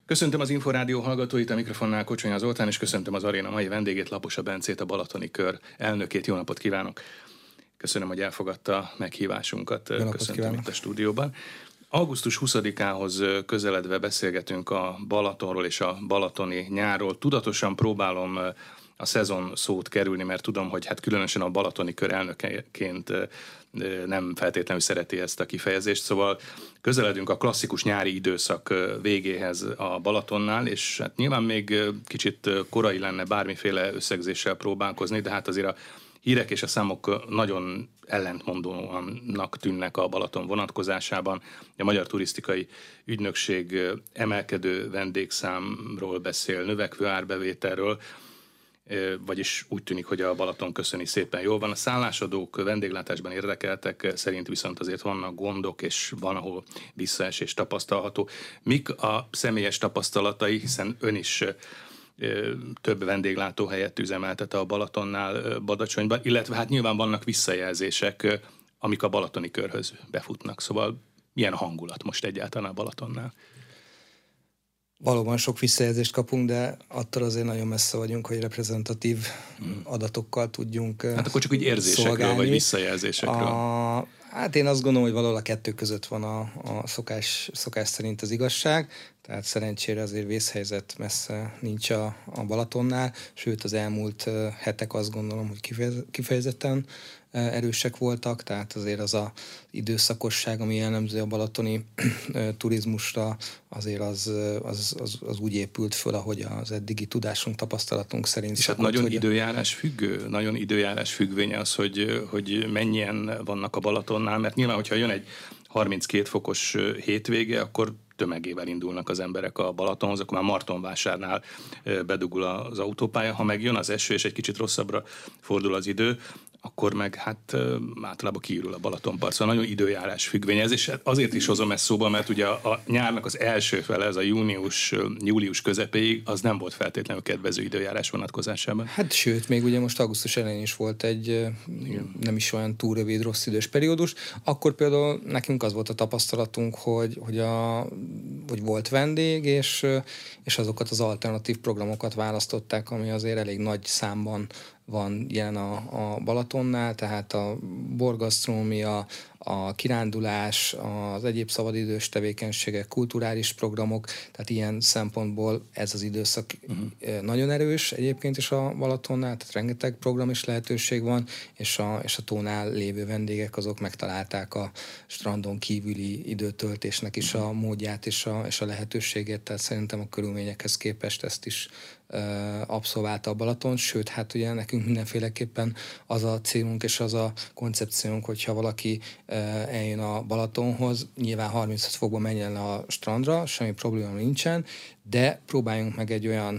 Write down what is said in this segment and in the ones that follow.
Köszöntöm az Inforádió hallgatóit, a mikrofonnál Kocsonya Zoltán, és köszöntöm az aréna mai vendégét, Laposa Bencét, a Balatoni Kör elnökét. Jó napot kívánok! Köszönöm, hogy elfogadta a meghívásunkat. Köszöntöm itt a stúdióban. Augusztus 20-ához közeledve beszélgetünk a Balatonról és a balatoni nyárról. Tudatosan próbálom a szezon szót kerülni, mert tudom, hogy hát különösen a Balatoni Kör elnökeként nem feltétlenül szereti ezt a kifejezést, szóval közeledünk a klasszikus nyári időszak végéhez a Balatonnál, és hát nyilván még kicsit korai lenne bármiféle összegzéssel próbálkozni, de hát azért a hírek és a számok nagyon ellentmondóanak tűnnek a Balaton vonatkozásában. A Magyar Turisztikai Ügynökség emelkedő vendégszámról beszél, növekvő árbevételről, vagyis úgy tűnik, hogy a Balaton köszöni szépen jól van. A szállásadók, vendéglátásban érdekeltek szerint viszont azért vannak gondok, és van, ahol visszaesés tapasztalható. Mik a személyes tapasztalatai, hiszen ön is több vendéglátóhelyet üzemeltet a Balatonnál, Badacsonyban, illetve hát nyilván vannak visszajelzések, amik a Balatoni Körhöz befutnak. Szóval milyen a hangulat most egyáltalán a Balatonnál? Valóban sok visszajelzést kapunk, de attól azért nagyon messze vagyunk, hogy reprezentatív adatokkal tudjunk hát akkor csak úgy érzésekről szolgálni. Vagy visszajelzésekről. Hát én azt gondolom, hogy valahol a kettő között van a szokás szerint az igazság, tehát szerencsére azért vészhelyzet messze nincs a Balatonnál, sőt az elmúlt hetek azt gondolom, hogy kifejezetten erősek voltak, tehát azért az a időszakosság, ami jellemző a balatoni turizmusra, azért az úgy épült föl, ahogy az eddigi tudásunk, tapasztalatunk szerint. És hát nagyon időjárás függő, nagyon időjárás függvénye az, hogy mennyien vannak a Balatonnál, mert nyilván, hogyha jön egy 32 fokos hétvége, akkor tömegével indulnak az emberek a Balatonhoz, akkor már Martonvásárnál bedugul az autópálya. Ha meg jön az eső, és egy kicsit rosszabbra fordul az idő, akkor meg hát általában kiürül a Balatonpart. Szóval nagyon időjárás függvény ez, és azért is hozom ezt szóba, mert ugye a nyárnak az első fele, ez a július közepéig, az nem volt feltétlenül kedvező időjárás vonatkozásában. Hát sőt, még ugye most augusztus elején is volt egy nem is olyan túl rövid, rossz idős periódus. Akkor például nekünk az volt a tapasztalatunk, hogy volt vendég, és azokat az alternatív programokat választották, ami azért elég nagy számban van jelen a Balatonnál, tehát a borgasztronómia, a kirándulás, az egyéb szabadidős tevékenységek, kulturális programok, tehát ilyen szempontból ez az időszak nagyon erős egyébként is a Balatonnál, tehát rengeteg program és lehetőség van, és a tónál lévő vendégek azok megtalálták a strandon kívüli időtöltésnek is a módját és a lehetőségét, tehát szerintem a körülményekhez képest ezt is abszolválta a Balaton, sőt, hát ugye nekünk mindenféleképpen az a célunk és az a koncepciónk, hogyha valaki eljön a Balatonhoz, nyilván 35 fokban menjen le a strandra, semmi probléma nincsen, de próbáljunk meg egy olyan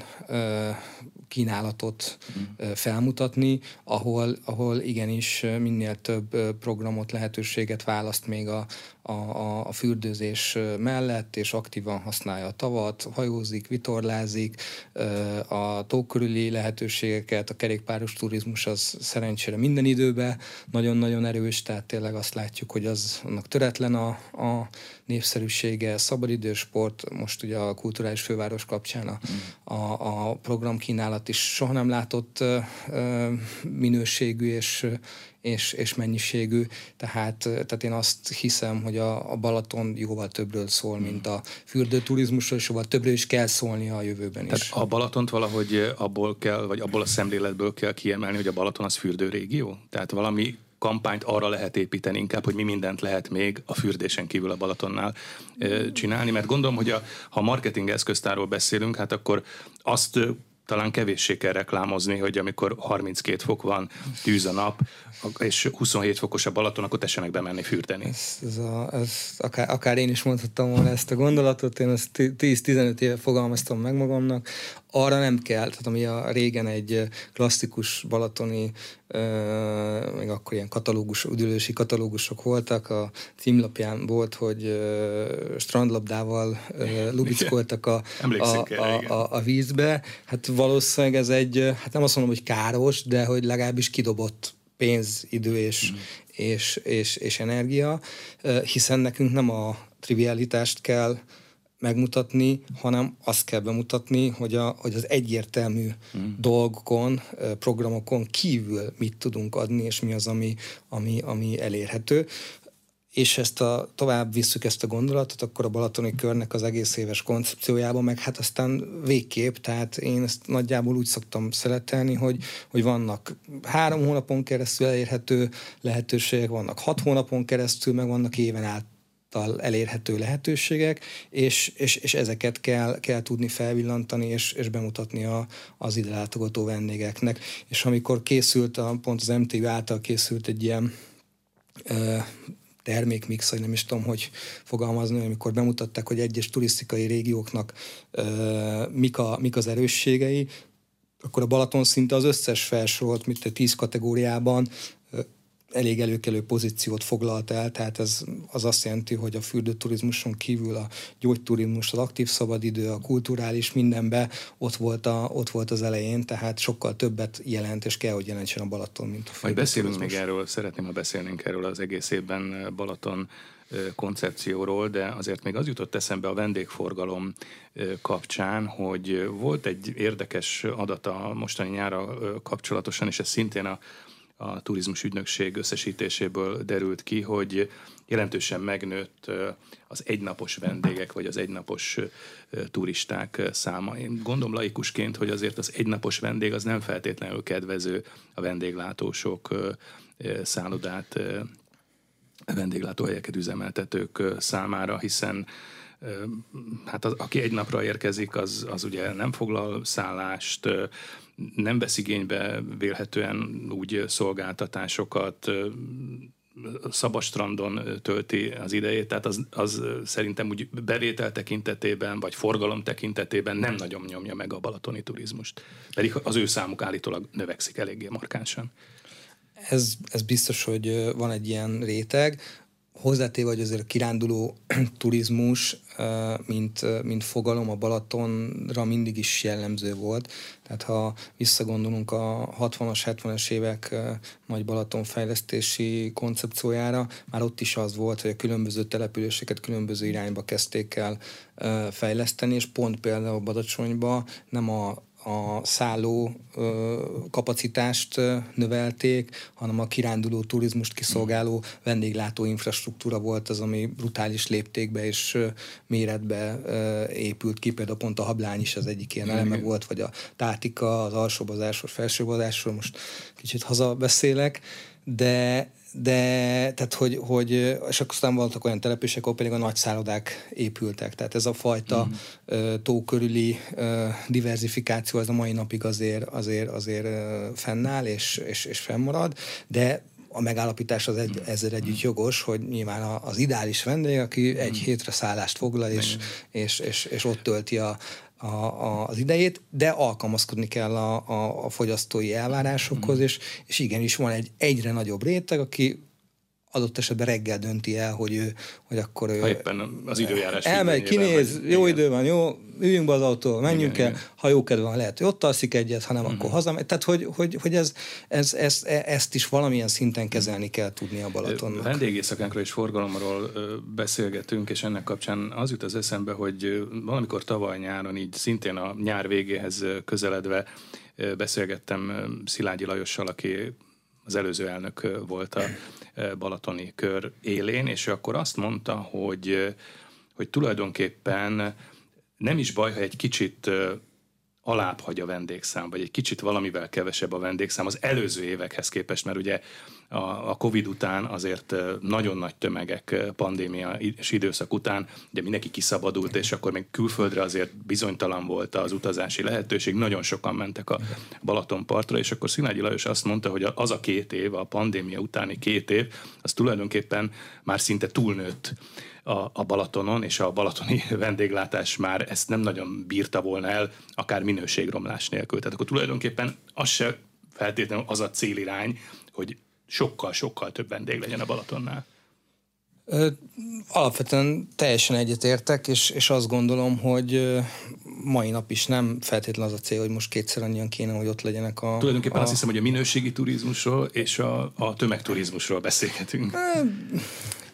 kínálatot felmutatni, ahol igenis minél több programot, lehetőséget választ még a fürdőzés mellett, és aktívan használja a tavat, hajózik, vitorlázik, a tó körüli lehetőségeket, a kerékpáros turizmus az szerencsére minden időben nagyon-nagyon erős, tehát tényleg azt látjuk, hogy annak töretlen a népszerűsége, szabadidős sport, most ugye a kulturális főváros kapcsán a programkínálat is soha nem látott minőségű és mennyiségű, tehát én azt hiszem, hogy a Balaton jóval többről szól, mint a fürdőturizmusról, és jóval többről is kell szólnia a jövőben is. Tehát a Balatont valahogy abból a szemléletből kell kiemelni, hogy a Balaton az fürdőrégió? Tehát valami kampányt arra lehet építeni inkább, hogy mi mindent lehet még a fürdésen kívül a Balatonnál csinálni, mert gondolom, hogy ha marketing eszköztárról beszélünk, hát akkor azt talán kevéssé kell reklámozni, hogy amikor 32 fok van, tűz a nap, és 27 fokos a Balaton, akkor tessenek bemenni fürdeni. Akár én is mondhattam volna ezt a gondolatot, én ezt 10-15 éve fogalmaztam meg magamnak, arra nem kell, tehát ami régen egy klasszikus balatoni, még akkor ilyen üdülősi katalógusok voltak, a címlapján volt, hogy strandlabdával lubickoltak a vízbe. Hát valószínűleg ez hát nem azt mondom, hogy káros, de hogy legalábbis kidobott pénz, idő és energia, hiszen nekünk nem a trivialitást kell megmutatni, hanem azt kell bemutatni, hogy az egyértelmű dolgokon, programokon kívül mit tudunk adni, és mi az, ami elérhető. És tovább visszük ezt a gondolatot, akkor a Balatoni Körnek az egész éves koncepciójában, meg hát aztán végképp, tehát én ezt nagyjából úgy szoktam szeletelni, hogy vannak 3 hónapon keresztül elérhető lehetőségek, vannak 6 hónapon keresztül, meg vannak éven által elérhető lehetőségek, és ezeket kell tudni felvillantani, és bemutatni az ide látogató vendégeknek. És amikor készült, pont az MTU által készült egy ilyen termékmix, vagy nem is tudom, hogy fogalmazni, amikor bemutatták, hogy egyes turisztikai régióknak mik az erősségei, akkor a Balaton szinte az összes felsorolt, mint 10 kategóriában elég előkelő pozíciót foglalt el, tehát ez az azt jelenti, hogy a fürdőturizmuson kívül a gyógyturizmus, az aktív szabadidő, a kulturális mindenben ott volt az elején, tehát sokkal többet jelent, és kell, hogy jelentsen a Balaton, mint a fürdőturizmus. Majd beszélünk még erről, szeretném, ha beszélnénk erről az egész évben Balaton koncepcióról, de azért még az jutott eszembe a vendégforgalom kapcsán, hogy volt egy érdekes adat a mostani nyárra kapcsolatosan, és ez szintén a turizmus ügynökség összesítéséből derült ki, hogy jelentősen megnőtt az egynapos vendégek, vagy az egynapos turisták száma. Én gondolom laikusként, hogy azért az egynapos vendég az nem feltétlenül kedvező a vendéglátósok, szállodát, vendéglátóhelyeket üzemeltetők számára, számára, hiszen hát aki egy napra érkezik, az ugye nem foglal szállást, nem vesz igénybe vélhetően úgy szolgáltatásokat, szabadstrandon tölti az idejét, tehát az szerintem úgy bevétel tekintetében, vagy forgalom tekintetében nem nagyon nyomja meg a balatoni turizmust. Pedig az ő számuk állítólag növekszik eléggé markánsan. Ez biztos, hogy van egy ilyen réteg. Hozzátéve, hogy azért a kiránduló turizmus, mint fogalom a Balatonra mindig is jellemző volt. Tehát ha visszagondolunk a 60-as, 70-es évek nagy Balaton fejlesztési koncepciójára, már ott is az volt, hogy a különböző településeket különböző irányba kezdték el fejleszteni, és pont például Badacsonyba nem a szálló kapacitást növelték, hanem a kiránduló turizmust kiszolgáló vendéglátó infrastruktúra volt az, ami brutális léptékbe és méretbe épült ki. Például pont a Hablány is az egyik ilyen eleme volt, vagy a Tátika, az alsóbazásról, felsőbazásról, most kicsit hazabeszélek, de tehát, hogy és aztán voltak olyan települések, ahol pedig a nagy szállodák épültek. Tehát ez a fajta tó körüli diverzifikáció az a mai napig azért fennáll és fennmarad, de a megállapítás az ezzel együtt jogos, hogy nyilván az ideális vendég, aki egy hétre szállást foglal, és ott tölti az idejét, de alkalmazkodni kell a fogyasztói elvárásokhoz, és igenis van egy egyre nagyobb réteg, aki adott esetben reggel dönti el, hogy akkor ha éppen az időjárás elmegy, kinéz, jó idő van, jó, üljünk be az autóval, menjünk el, ha jó kedve van, lehet, hogy ott alszik egyet, hanem akkor hazamegy. Tehát, hogy ezt is valamilyen szinten kezelni kell tudni a Balatonnak. Vendégészakánkról és forgalomról beszélgetünk, és ennek kapcsán az jut az eszembe, hogy valamikor tavaly nyáron, így szintén a nyár végéhez közeledve beszélgettem Szilágyi Lajossal, aki az előző elnök volt a Balatoni Kör élén, és akkor azt mondta, hogy tulajdonképpen nem is baj, ha egy kicsit alább hagy a vendégszám, vagy egy kicsit valamivel kevesebb a vendégszám az előző évekhez képest, mert ugye a Covid után azért nagyon nagy tömegek, pandémia és időszak után, ugye mindenki kiszabadult, és akkor még külföldre azért bizonytalan volt az utazási lehetőség, nagyon sokan mentek a Balatonpartra, és akkor Szilágyi Lajos azt mondta, hogy az a 2 év, a pandémia utáni 2 év, az tulajdonképpen már szinte túlnőtt a Balatonon, és a balatoni vendéglátás már ezt nem nagyon bírta volna el, akár minőségromlás nélkül. Tehát akkor tulajdonképpen az se feltétlenül az a célirány, hogy sokkal több vendég legyen a Balatonnál. Alapvetően teljesen egyetértek, és azt gondolom, hogy mai nap is nem feltétlenül az a cél, hogy most kétszer annyian kéne, hogy ott legyenek Tulajdonképpen azt hiszem, hogy a minőségi turizmusról és a tömegturizmusról beszélgetünk.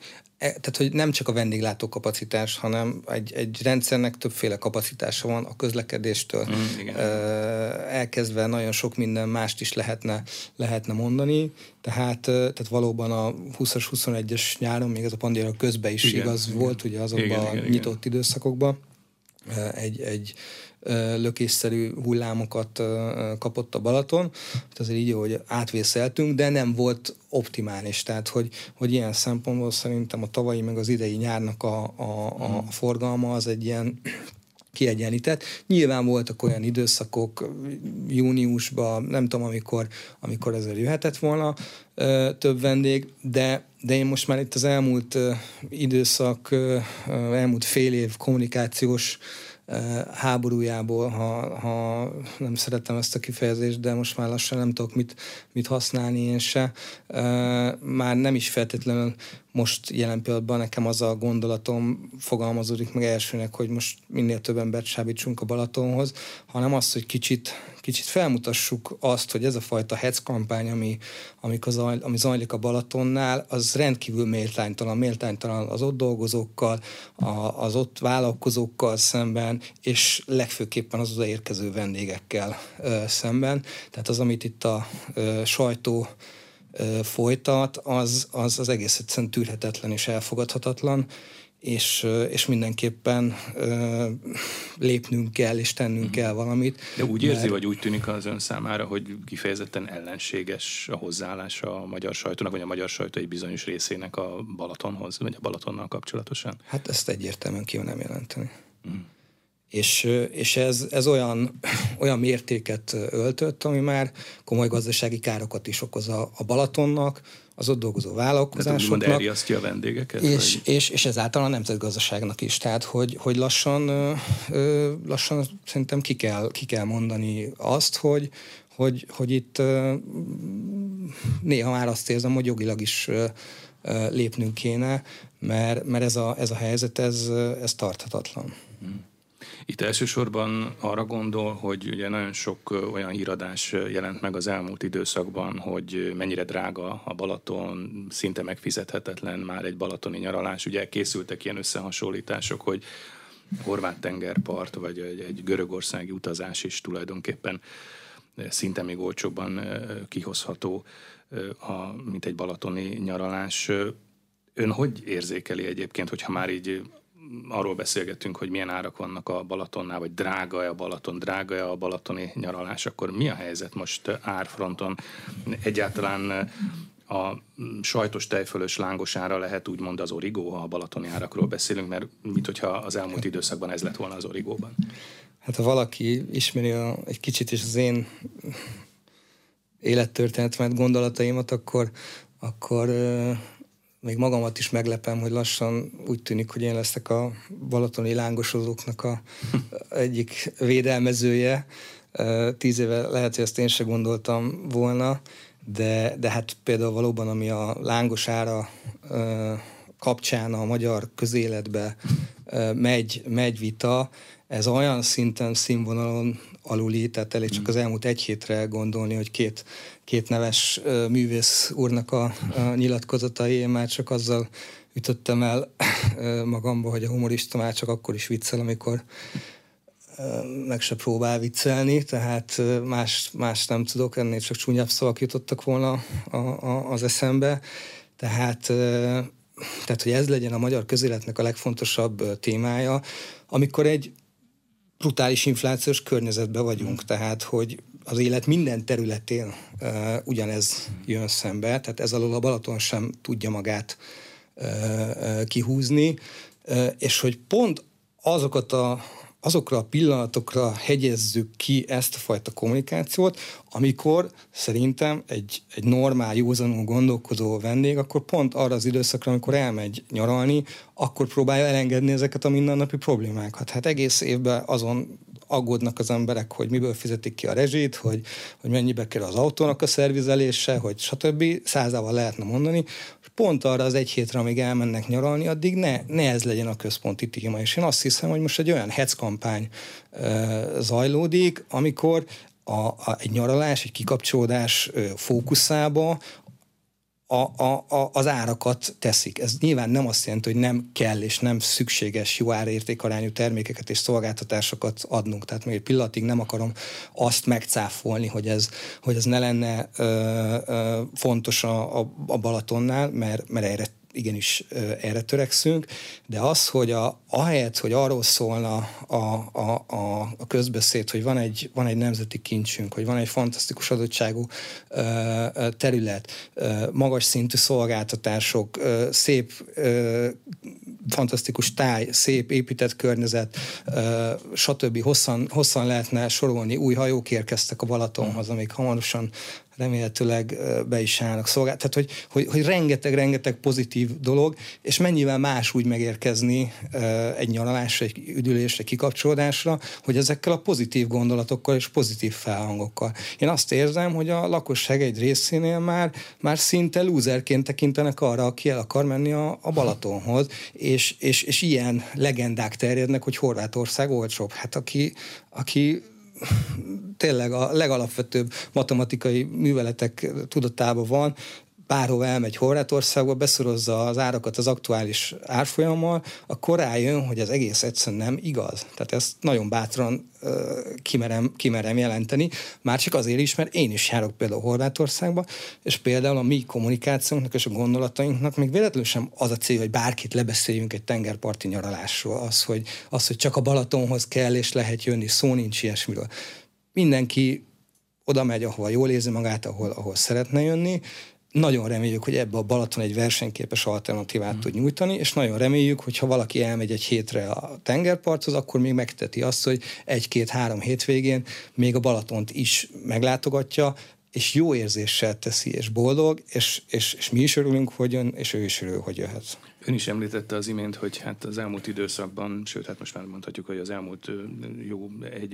tehát hogy nem csak a vendéglátó kapacitás, hanem egy rendszernek többféle kapacitása van, a közlekedéstől elkezdve nagyon sok minden mást is lehetne mondani, tehát valóban a 20-as, 21-es nyáron, még ez a pandémia közben is igaz volt, ugye azokban a nyitott időszakokban, egy lökésszerű hullámokat kapott a Balaton, azért így, hogy átvészeltünk, de nem volt optimális, tehát hogy ilyen szempontból szerintem a tavalyi meg az idei nyárnak a forgalma az egy ilyen kiegyenlített. Nyilván voltak olyan időszakok júniusban, nem tudom, amikor ezzel jöhetett volna több vendég, de én most már itt az elmúlt időszak, elmúlt fél év kommunikációs háborújából, ha nem szeretem ezt a kifejezést, de most már lassan nem tudok mit használni én se. Már nem is feltétlenül most jelen pillanatban nekem az a gondolatom fogalmazódik meg elsőnek, hogy most minél több embert sábítsunk a Balatonhoz, hanem azt, hogy kicsit felmutassuk azt, hogy ez a fajta hetz kampány, ami zajlik a Balatonnál, az rendkívül méltánytalan az ott dolgozókkal, az ott vállalkozókkal szemben, és legfőképpen az odaérkező vendégekkel szemben. Tehát az, amit itt a sajtó folytat, az egész egyszerűen tűrhetetlen és elfogadhatatlan, és mindenképpen lépnünk kell, és tennünk kell valamit. De úgy érzi, vagy úgy tűnik az ön számára, hogy kifejezetten ellenséges a hozzáállása a magyar sajtónak, vagy a magyar sajtó egy bizonyos részének a Balatonhoz, vagy a Balatonnal kapcsolatosan? Hát ezt egyértelműen ki nem jelenteni. És ez olyan mértéket öltött, ami már komoly gazdasági károkat is okoz a Balatonnak, az ott dolgozó vállalkozásoknak. Tehát elriasztja a vendégeket? És ezáltal a nemzetgazdaságnak is. Tehát, hogy lassan szerintem ki kell mondani azt, hogy itt néha már azt érzem, hogy jogilag is lépnünk kéne, mert ez a helyzet, ez tarthatatlan. Itt elsősorban arra gondol, hogy ugye nagyon sok olyan híradás jelent meg az elmúlt időszakban, hogy mennyire drága a Balaton, szinte megfizethetetlen már egy balatoni nyaralás. Ugye készültek ilyen összehasonlítások, hogy horvát tengerpart, vagy egy görögországi utazás is tulajdonképpen szinte még olcsóbban kihozható, mint egy balatoni nyaralás. Ön hogy érzékeli egyébként, hogyha már így arról beszélgettünk, hogy milyen árak vannak a Balatonnál, vagy drága-e a Balaton, drága-e a balatoni nyaralás, akkor mi a helyzet most árfronton? Egyáltalán a sajtos tejfölös lángos ára lehet úgymond az origó, ha a balatoni árakról beszélünk, mert mit, hogyha az elmúlt időszakban ez lett volna az origóban? Hát ha valaki ismeri egy kicsit is az én élettörténetemet, gondolataimat, akkor még magamat is meglepem, hogy lassan úgy tűnik, hogy én leszek a balatoni lángosozóknak egyik védelmezője. 10 éve lehet, hogy ezt én sem gondoltam volna, de hát például valóban, ami a lángos ára kapcsán a magyar közéletbe megy vita, ez olyan szinten, színvonalon aluli, tehát elég csak az elmúlt egy hétre gondolni, hogy két neves művész úrnak a nyilatkozatai, én már csak azzal ütöttem el magamba, hogy a humorista már csak akkor is viccel, amikor meg se próbál viccelni, tehát más nem tudok, ennél csak csúnyább szavak jutottak volna az eszembe. Tehát, hogy ez legyen a magyar közéletnek a legfontosabb témája, amikor egy brutális inflációs környezetben vagyunk, tehát hogy az élet minden területén ugyanez jön szembe, tehát ez alól a Balaton sem tudja magát kihúzni, és hogy pont azokra a pillanatokra hegyezzük ki ezt a fajta kommunikációt, amikor szerintem egy normál, józanul gondolkodó vendég, akkor pont arra az időszakra, amikor elmegy nyaralni, akkor próbálja elengedni ezeket a mindennapi problémákat. Hát egész évben azon aggódnak az emberek, hogy miből fizetik ki a rezsit, hogy mennyibe kerül az autónak a szervizelése, hogy stb. 100-ával lehetne mondani. Pont arra az egy hétre, amíg elmennek nyaralni, addig ne ez legyen a központi téma. És én azt hiszem, hogy most egy olyan hetz kampány zajlódik, amikor egy nyaralás, egy kikapcsolódás fókuszába az árakat teszik. Ez nyilván nem azt jelenti, hogy nem kell és nem szükséges jó árértékarányú termékeket és szolgáltatásokat adnunk. Tehát még egy pillanatig nem akarom azt megcáfolni, hogy ez ne lenne fontos a Balatonnál, mert igenis erre törekszünk, de az, hogy ahelyett, hogy arról szólna a közbeszéd, hogy van egy nemzeti kincsünk, hogy van egy fantasztikus adottságú terület, magas szintű szolgáltatások, szép, fantasztikus táj, szép épített környezet, stb. Hosszan lehetne sorolni, új hajók érkeztek a Balatonhoz, amik hamarosan remélhetőleg be is állnak szolgálni. Tehát, hogy rengeteg pozitív dolog, és mennyivel más úgy megérkezni egy nyaralásra, egy üdülésre, kikapcsolódásra, hogy ezekkel a pozitív gondolatokkal és pozitív felhangokkal. Én azt érzem, hogy a lakosság egy részénél már szinte lúzerként tekintenek arra, aki el akar menni a Balatonhoz, és ilyen legendák terjednek, hogy Horvátország olcsóbb. Hát aki tényleg a legalapvetőbb matematikai műveletek tudatában van, bárhova elmegy Horvátországba, beszorozza az árakat az aktuális árfolyammal, akkor rájön, hogy ez egész egyszerűen nem igaz. Tehát ezt nagyon bátran kimerem jelenteni, már csak azért is, mert én is járok például Horvátországba, és például a mi kommunikációnknak és a gondolatainknak még véletlenül sem az a cél, hogy bárkit lebeszéljünk egy tengerparti nyaralásról, az, hogy csak a Balatonhoz kell és lehet jönni, szó nincs ilyesmiről. Mindenki oda megy, ahova jól érzi magát, ahol szeretne jönni. Nagyon reméljük, hogy ebbe a Balaton egy versenyképes alternatívát tud nyújtani, és nagyon reméljük, hogy ha valaki elmegy egy hétre a tengerparthoz, akkor még megteti azt, hogy 1-2-3 hétvégén még a Balatont is meglátogatja, és jó érzéssel teszi, és boldog, és mi is örülünk, hogy jön, és ő is örül, hogy jöhet. Ön is említette az imént, hogy hát az elmúlt időszakban, sőt, hát most már mondhatjuk, hogy az elmúlt jó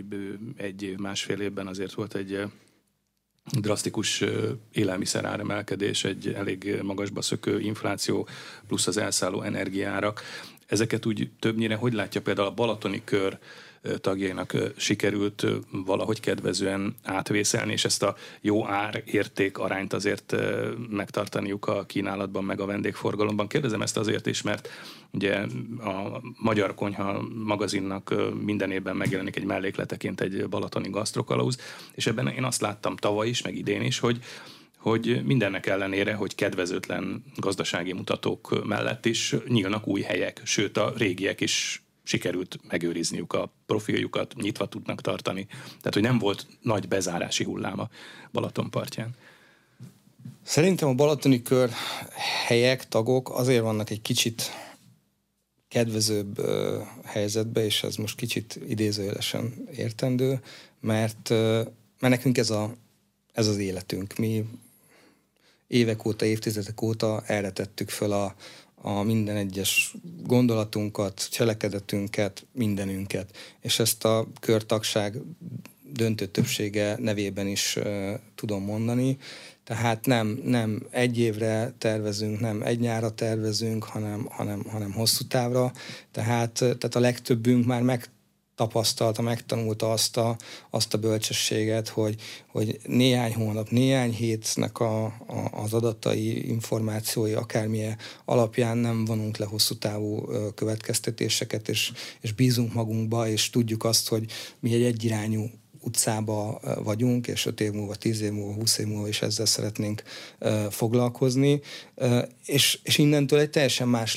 másfél évben azért volt egy drasztikus élelmiszer áremelkedés, egy elég magasba szökő infláció, plusz az elszálló energiaárak. Ezeket úgy többnyire, hogy látja például a Balatoni Kör tagjainak sikerült valahogy kedvezően átvészelni, és ezt a jó ár-érték arányt azért megtartaniuk a kínálatban, meg a vendégforgalomban. Kérdezem ezt azért is, mert ugye a Magyar Konyha magazinnak minden évben megjelenik egy mellékleteként egy balatoni gasztrokalauz, és ebben én azt láttam tavaly is, meg idén is, hogy mindennek ellenére, hogy kedvezőtlen gazdasági mutatók mellett is nyílnak új helyek, sőt a régiek is sikerült megőrizniük a profiljukat, nyitva tudnak tartani. Tehát, hogy nem volt nagy bezárási hullám a Balaton partján. Szerintem a Balatoni Kör helyek, tagok azért vannak egy kicsit kedvezőbb helyzetbe, és ez most kicsit idézőjelesen értendő, mert nekünk ez az életünk. Mi évek óta, évtizedek óta erre tettük föl a minden egyes gondolatunkat, cselekedetünket, mindenünket. És ezt a körtagság döntő többsége nevében is tudom mondani. Tehát nem egy évre tervezünk, nem egy nyárra tervezünk, hanem hosszú távra. Tehát a legtöbbünk már megtapasztalta, megtanulta azt a bölcsességet, hogy néhány hónap, néhány hétnek az adatai, információi, akármilyen alapján nem vonunk le hosszú távú következtetéseket, és bízunk magunkba, és tudjuk azt, hogy mi egy egyirányú utcába vagyunk, és 5 év múlva, 10 év múlva, 20 év múlva is ezzel szeretnénk foglalkozni, és innentől egy teljesen más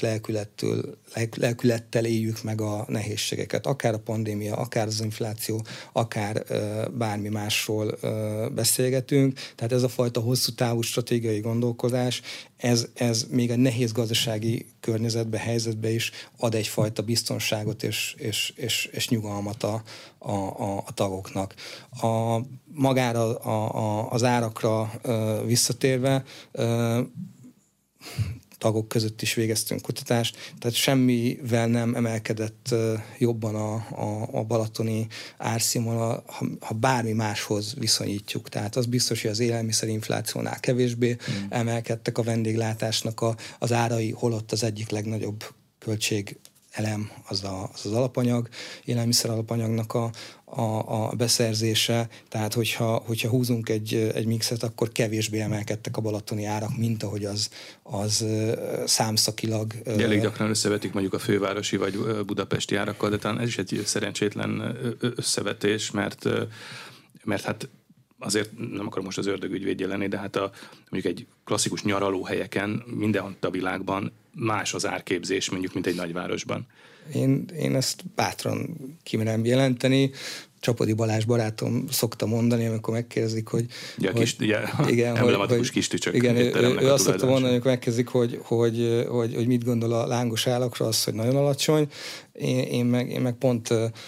lelkülettel éljük meg a nehézségeket. Akár a pandémia, akár az infláció, akár bármi másról beszélgetünk. Tehát ez a fajta hosszú távú stratégiai gondolkodás, ez még a nehéz gazdasági környezetbe, helyzetbe is ad egyfajta biztonságot és nyugalmat a tagoknak. Magára az árakra visszatérve, tagok között is végeztünk kutatást, tehát semmivel nem emelkedett jobban a balatoni árszínvonal, ha bármi máshoz viszonyítjuk. Tehát az biztos, hogy az élelmiszerinflációnál kevésbé emelkedtek a vendéglátásnak az árai, holott az egyik legnagyobb költség elem az alapanyag, élelmiszer alapanyagnak a beszerzése, tehát hogyha húzunk egy mixet, akkor kevésbé emelkedtek a balatoni árak, mint ahogy az számszakilag. Elég gyakran összevetik mondjuk a fővárosi vagy budapesti árakkal, de talán ez is egy szerencsétlen összevetés, mert hát azért nem akarom most az ördög ügyvédje lenni, de hát mondjuk egy klasszikus nyaralóhelyeken mindenhol a világban más az árképzés, mondjuk, mint egy nagyvárosban. Én ezt bátran kimerem jelenteni. Csapodi Balázs barátom szokta mondani, amikor megkérdezik, hogy... Ja, igen, emblematikus kis tücsök. Igen, ő azt szokta mondani, amikor megkérdezik, hogy mit gondol a lángos állakra, az, hogy nagyon alacsony. Én meg pont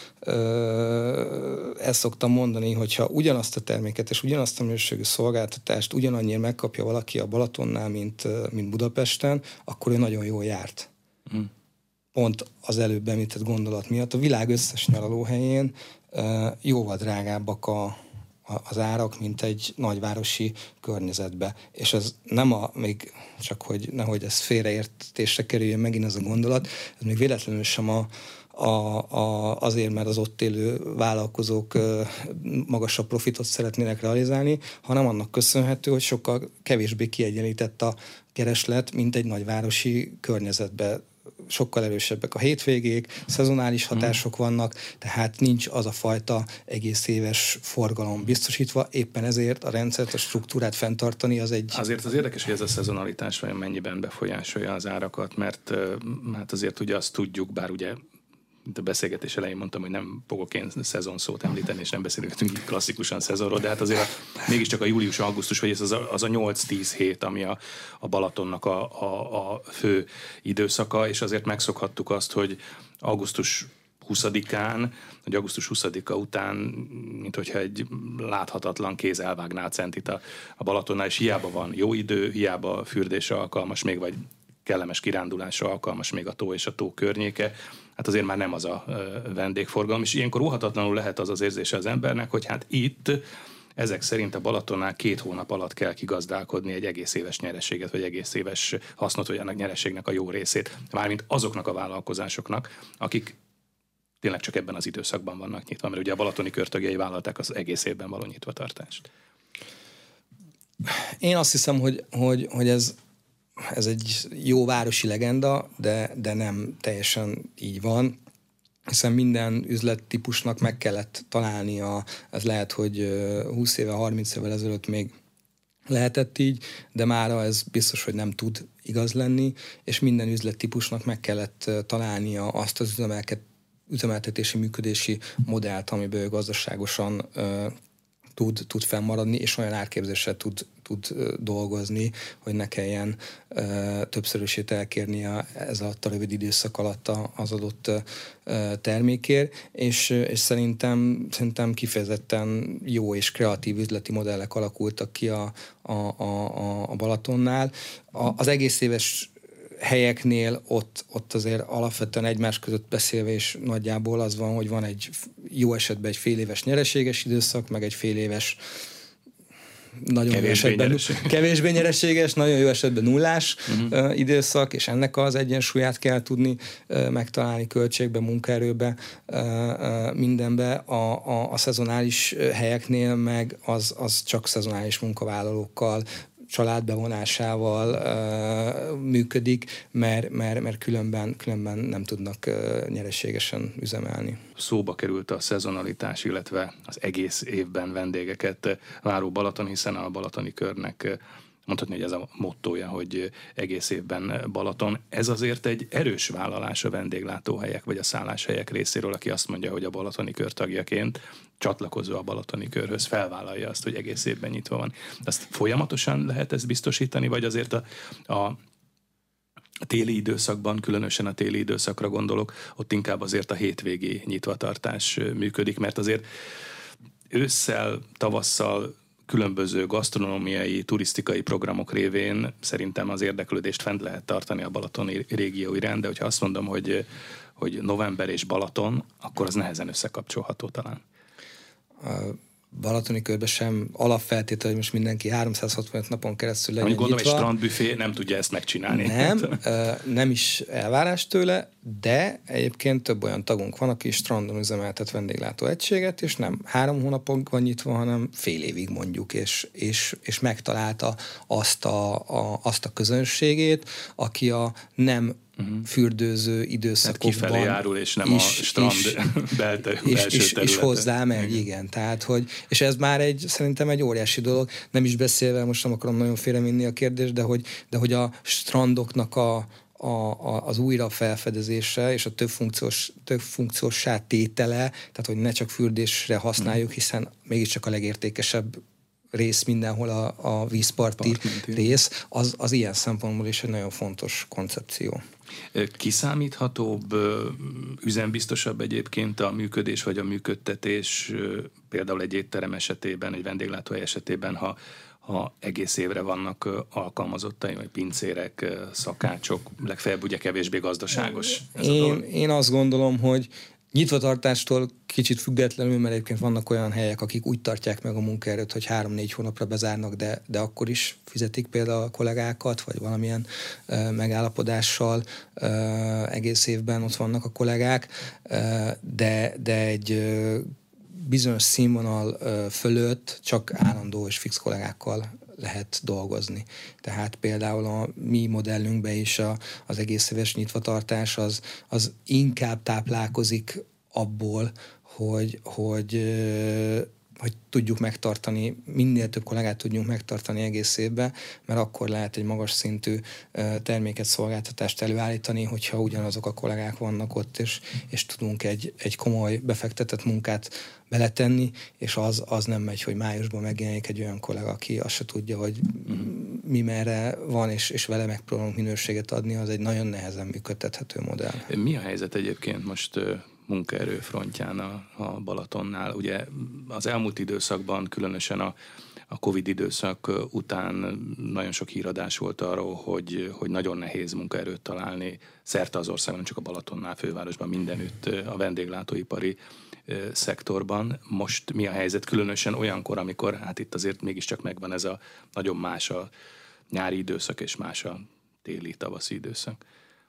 ezt szoktam mondani, hogyha ugyanazt a terméket és ugyanazt a minőségű szolgáltatást ugyanannyira megkapja valaki a Balatonnál, mint Budapesten, akkor ő nagyon jól járt. Pont az előbb említett gondolat miatt a világ összes nyaralóhelyén jóval drágábbak az árak, mint egy nagyvárosi környezetbe. És ez nem még csak, hogy nehogy ez félreértésre kerüljön megint ez a gondolat, ez még véletlenül sem azért, mert az ott élő vállalkozók magasabb profitot szeretnének realizálni, hanem annak köszönhető, hogy sokkal kevésbé kiegyenlített a kereslet, mint egy nagyvárosi környezetbe. Sokkal erősebbek a hétvégék, szezonális hatások vannak, tehát nincs az a fajta egész éves forgalom biztosítva, éppen ezért a rendszert, a struktúrát fenntartani az egy... Azért az érdekes, hogy ez a szezonalitás vajon mennyiben befolyásolja az árakat, mert hát azért ugye azt tudjuk, bár ugye a beszélgetés elején mondtam, hogy nem fogok én szezonszót említeni, és nem beszélgetünk klasszikusan szezonról, de hát azért mégiscsak a július-augusztus, vagy ez az a 8-10 hét, ami a Balatonnak a fő időszaka, és azért megszokhattuk azt, hogy augusztus 20-án, vagy augusztus 20-a után, mint hogyha egy láthatatlan kéz elvágná a centit a Balatonnál, és hiába van jó idő, hiába fürdésre alkalmas még, vagy kellemes kirándulásra alkalmas még a tó és a tó környéke, hát azért már nem az a vendégforgalom, és ilyenkor óhatatlanul lehet az érzése az embernek, hogy hát itt ezek szerint a Balatonnál 2 hónap alatt kell kigazdálkodni egy egész éves nyereséget, vagy egész éves hasznot, vagy annak nyereségnek a jó részét. Mármint azoknak a vállalkozásoknak, akik tényleg csak ebben az időszakban vannak nyitva, mert ugye a balatoni kör tagjai vállalták az egész évben való nyitvatartást. Én azt hiszem, hogy ez egy jó városi legenda, de nem teljesen így van, hiszen minden üzlettípusnak meg kellett találnia, ez lehet, hogy 20 éve, 30 évvel ezelőtt még lehetett így, de mára ez biztos, hogy nem tud igaz lenni, és minden üzlettípusnak meg kellett találnia azt az üzemeltetési, működési modellt, amiből gazdaságosan tud fennmaradni, és olyan árképzéssel tud dolgozni, hogy ne kelljen többszörösét elkérnie ez alatt a rövid időszak alatt az adott termékért, és szerintem kifejezetten jó és kreatív üzleti modellek alakultak ki a Balatonnál. Az egész éves helyeknél ott azért alapvetően egymás között beszélve, és nagyjából az van, hogy van egy jó esetben egy fél éves nyereséges időszak, meg egy fél éves kevésbé nyereséges, nagyon jó esetben nullás időszak, és ennek az egyensúlyát kell tudni megtalálni költségbe, munkaerőbe, mindenbe. A szezonális helyeknél meg az csak szezonális munkavállalókkal, család bevonásával működik, mert különben nem tudnak nyereségesen üzemelni. Szóba került a szezonalitás, illetve az egész évben vendégeket váró Balaton, hiszen a balatoni körnek mondhatni, hogy ez a mottója, hogy egész évben Balaton. Ez azért egy erős vállalás a vendéglátóhelyek vagy a szálláshelyek részéről, aki azt mondja, hogy a balatoni kör tagjaként csatlakozva a balatoni körhöz felvállalja azt, hogy egész évben nyitva van. Azt folyamatosan lehet ezt biztosítani, vagy azért a téli időszakban, különösen a téli időszakra gondolok, ott inkább azért a hétvégi nyitvatartás működik, mert azért ősszel, tavasszal különböző gasztronómiai, turisztikai programok révén szerintem az érdeklődést fent lehet tartani a balatoni régió iránt, de hogyha azt mondom, hogy november és Balaton, akkor az nehezen összekapcsolható talán. balatoni körben sem alapfeltétel, hogy most mindenki 365 napon keresztül legyen nyitva. Gondolom, egy strandbüfé nem tudja ezt megcsinálni. Nem is elvárás tőle, de egyébként több olyan tagunk van, aki strandon üzemeltet vendéglátó egységet, és nem 3 hónapig van nyitva, hanem fél évig mondjuk, és megtalálta azt a közönségét, aki a nem fürdőző időszakokban kifelé járul, és nem a strand belső és hozzá megy, igen. Tehát, hogy, és ez már szerintem egy óriási dolog, nem is beszélve, most nem akarom nagyon félrevinni a kérdést, de hogy a strandoknak az újra felfedezése és a több funkciósá tétele, tehát hogy ne csak fürdésre használjuk, hiszen mégiscsak a legértékesebb rész mindenhol a vízparti rész, az ilyen szempontból is egy nagyon fontos koncepció. Kiszámíthatóbb, üzembiztosabb egyébként a működés vagy a működtetés, például egy étterem esetében, egy vendéglátóhely esetében, ha egész évre vannak alkalmazottai, vagy pincérek, szakácsok, legfeljebb ugye kevésbé gazdaságos ez a dolog? Én azt gondolom, hogy nyitvatartástól kicsit függetlenül, mert egyébként vannak olyan helyek, akik úgy tartják meg a munkaerőt, hogy 3-4 hónapra bezárnak, de akkor is fizetik például a kollégákat, vagy valamilyen megállapodással egész évben ott vannak a kollégák, de egy bizonyos színvonal fölött csak állandó és fix kollégákkal lehet dolgozni. Tehát például a mi modellünkben is az egész éves nyitvatartás az inkább táplálkozik abból, hogy tudjuk megtartani, minél több kollégát tudjunk megtartani egész évben, mert akkor lehet egy magas szintű terméket, szolgáltatást előállítani, hogyha ugyanazok a kollégák vannak ott, és tudunk egy komoly befektetett munkát beletenni, és az nem megy, hogy májusban megjelenik egy olyan kollega, aki azt se tudja, hogy mi merre van, és vele megpróbálunk minőséget adni, az egy nagyon nehezen működtethető modell. Mi a helyzet egyébként most munkaerő frontján a Balatonnál? Ugye az elmúlt időszakban, különösen a Covid időszak után nagyon sok híradás volt arról, hogy nagyon nehéz munkaerőt találni szerte az országban, nem csak a Balatonnál, fővárosban, mindenütt a vendéglátóipari szektorban. Most mi a helyzet, különösen olyankor, amikor hát itt azért mégiscsak megvan ez a nagyon más a nyári időszak és más a téli, tavaszi időszak?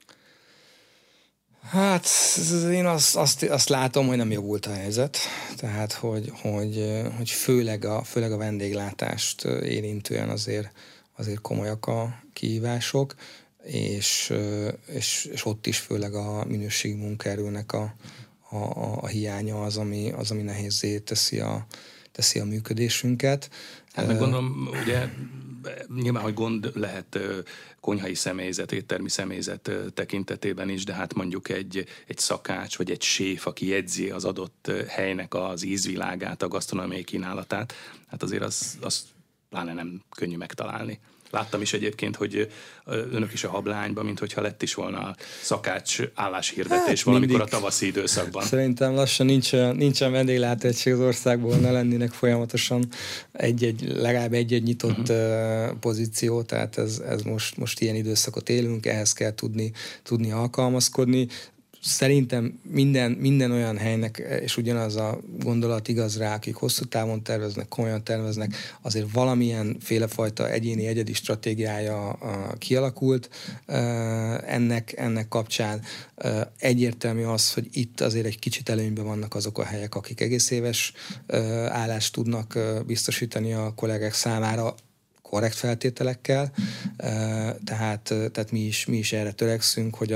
Hát én azt látom, hogy nem javult a helyzet, tehát hogy főleg a vendéglátást érintően azért komolyak a kihívások, és ott is főleg a minőségi munkaerőnek a hiánya az, ami nehézzé teszi a működésünket. Hát meg gondolom, ugye nyilván, hogy gond lehet konyhai személyzet, éttermi személyzet tekintetében is, de hát mondjuk egy szakács, vagy egy séf, aki jegyzi az adott helynek az ízvilágát, a gasztronómiai kínálatát, hát azért az pláne nem könnyű megtalálni. Láttam is egyébként, hogy önök is a Hablányban, minthogyha lett is volna szakács álláshirdetés valamikor a tavaszi időszakban. Szerintem lassan nincsen vendéglátóegység az országból, ne lennének folyamatosan legalább egy nyitott pozíció, tehát ez most ilyen időszakot élünk, ehhez kell tudni alkalmazkodni. Szerintem minden olyan helynek, és ugyanaz a gondolat igaz rá, akik hosszú távon terveznek, komolyan terveznek, azért valamilyen félefajta egyedi stratégiája kialakult. Ennek kapcsán egyértelmű az, hogy itt azért egy kicsit előnyben vannak azok a helyek, akik egész éves állást tudnak biztosítani a kollégák számára, korrekt feltételekkel, tehát mi is erre törekszünk, hogy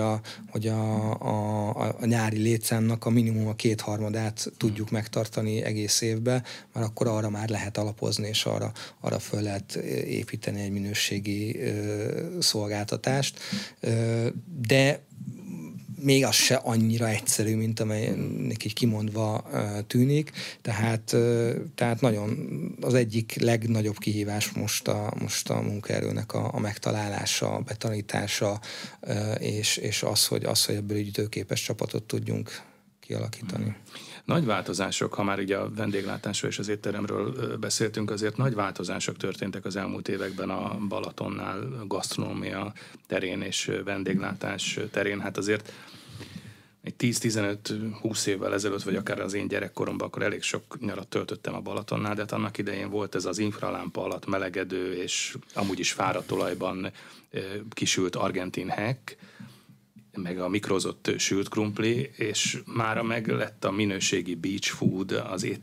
a nyári létszámnak a minimum a 2/3 tudjuk megtartani egész évben, mert akkor arra már lehet alapozni, és arra föl lehet építeni egy minőségi szolgáltatást. De még az se annyira egyszerű, mint amelynek így kimondva tűnik, tehát nagyon az egyik legnagyobb kihívás most a munkaerőnek a megtalálása, a betanítása, és az, hogy ebből egy időképes csapatot tudjunk kialakítani. Nagy változások, ha már ugye a vendéglátásról és az étteremről beszéltünk, azért nagy változások történtek az elmúlt években a Balatonnál, gasztronómia terén és vendéglátás terén. Hát azért egy 10-15-20 évvel ezelőtt, vagy akár az én gyerekkoromban, akkor elég sok nyarat töltöttem a Balatonnál, de hát annak idején volt ez az infralámpa alatt melegedő, és amúgy is fáradt olajban kisült argentin hek, meg a mikrozott sült krumpli, és mára meg lett a minőségi beach food,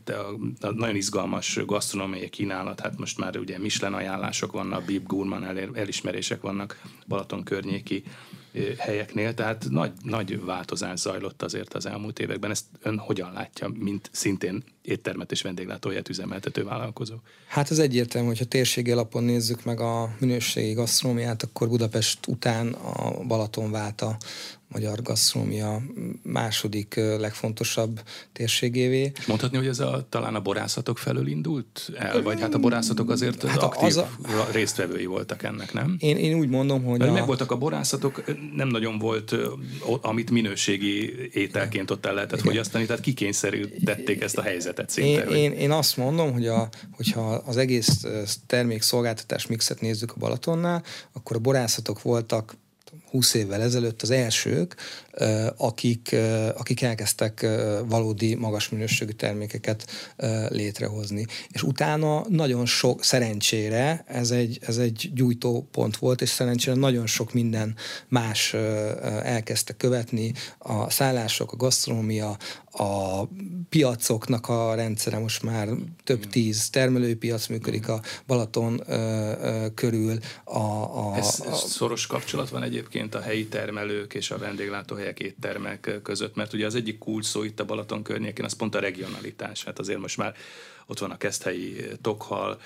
a nagyon izgalmas gasztronómiai kínálat, hát most már ugye Michelin ajánlások vannak, Bib Gourmand elismerések vannak Balaton környéki helyeknél, tehát nagy változás zajlott azért az elmúlt években. Ezt ön hogyan látja, mint szintén éttermet és vendéglátóhelyet üzemeltető vállalkozó? Hát az egyértelmű, hogyha térségi alapon nézzük meg a minőségi gasztronómiát, akkor Budapest után a Balaton vált a magyar gasztronómia második legfontosabb térségévé. Mondhatni, hogy ez talán a borászatok felől indult el? Vagy hát a borászatok azért aktív résztvevői voltak ennek, nem? Én úgy mondom, hogy megvoltak a borászatok, nem nagyon volt, amit minőségi ételként ott el lehetett fogyasztani, tehát kikényszerítették ezt a helyzetet szinte. Én azt mondom, hogyha az egész termékszolgáltatás mixet nézzük a Balatonnál, akkor a borászatok voltak 20 évvel ezelőtt az elsők, akik elkezdtek valódi magas minőségű termékeket létrehozni. És utána nagyon sok, szerencsére ez egy gyújtópont volt, és szerencsére nagyon sok minden más elkezdte követni. A szállások, a gasztronómia, a piacoknak a rendszere, most már több 10 termelői piac működik a Balaton körül. Ez szoros kapcsolat van egyébként a helyi termelők és a vendéglátóhelyek, éttermek között, mert ugye az egyik kulcs szó itt a Balaton környékén, az pont a regionalitás. Hát azért most már ott van a keszthelyi tokhal,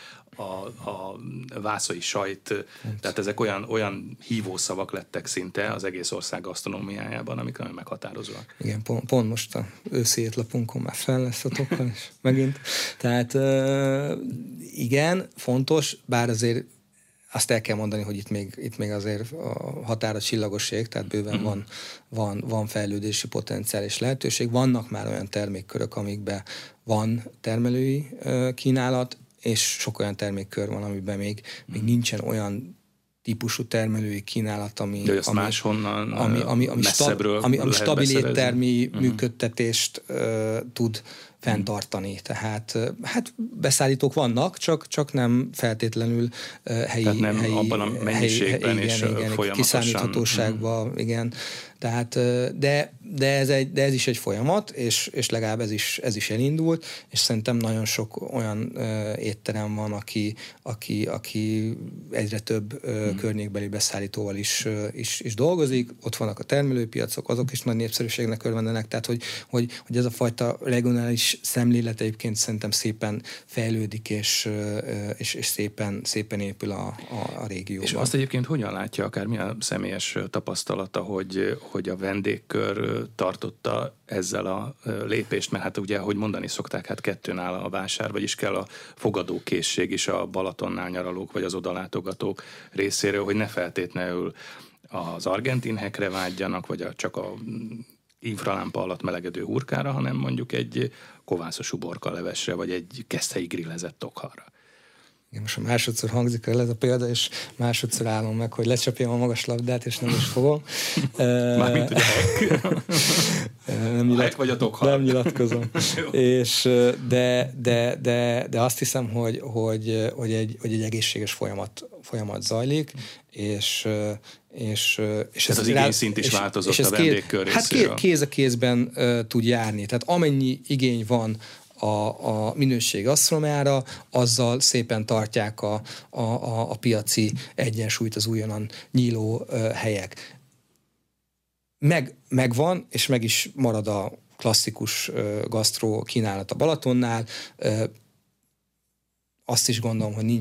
a vászai sajt, tehát ezek olyan hívószavak lettek szinte az egész ország gasztronómiájában, amik nagyon meghatározóak. Igen, pont most a őszi étlapunkon már fel lesz a tokhal is megint. Tehát igen, fontos, bár azért azt el kell mondani, hogy itt még azért a határa csillagosség, tehát bőven van fejlődési potenciál és lehetőség. Vannak már olyan termékkörök, amikben van termelői kínálat, és sok olyan termékkör van, amiben még nincsen olyan típusú termelői kínálat, ami stabil éttermi működtetést tud fenntartani. Tehát hát beszállítók vannak, csak nem feltétlenül helyi. Tehát nem abban a mennyiségben és folyamatosan. Kiszámíthatóságban, igen. Tehát, de ez is egy folyamat, és legalább ez is elindult, és szerintem nagyon sok olyan étterem van, aki egyre több környékbeli beszállítóval is dolgozik. Ott vannak a termelőpiacok, azok is nagy népszerűségnek örvendenek, tehát hogy ez a fajta regionális szemlélet egyébként szerintem szépen fejlődik, és szépen épül a régióban. És azt egyébként hogyan látja, akár mi a személyes tapasztalata, hogy a vendégkör tartotta ezzel a lépést, mert hát ugye, ahogy mondani szokták, hát kettőn áll a vásár, vagyis kell a fogadókészség is a Balatonnál nyaralók, vagy az odalátogatók részéről, hogy ne feltétlenül az argentin hekre vágyjanak, vagy csak a infralámpa alatt melegedő hurkára, hanem mondjuk egy kovászos uborkalevesre, vagy egy keszthelyi grillezett tokhalra. Igen, most másodszor hangzik el ez a példa, és másodszor állom meg, hogy lecsapjam a magas labdát, és nem is fogom. Mármint ugye a hek vagy a tokhal. Nem nyilatkozom. De azt hiszem, hogy egy egészséges folyamat zajlik, és ez az igényszint is változott a vendégkör részéről. Hát kéz a kézben tud járni. Tehát amennyi igény van a minőség gasztronómiára, azzal szépen tartják a piaci egyensúlyt az újonnan nyíló helyek. Megvan, és meg is marad a klasszikus gasztró kínálat a Balatonnál. Azt is gondolom, hogy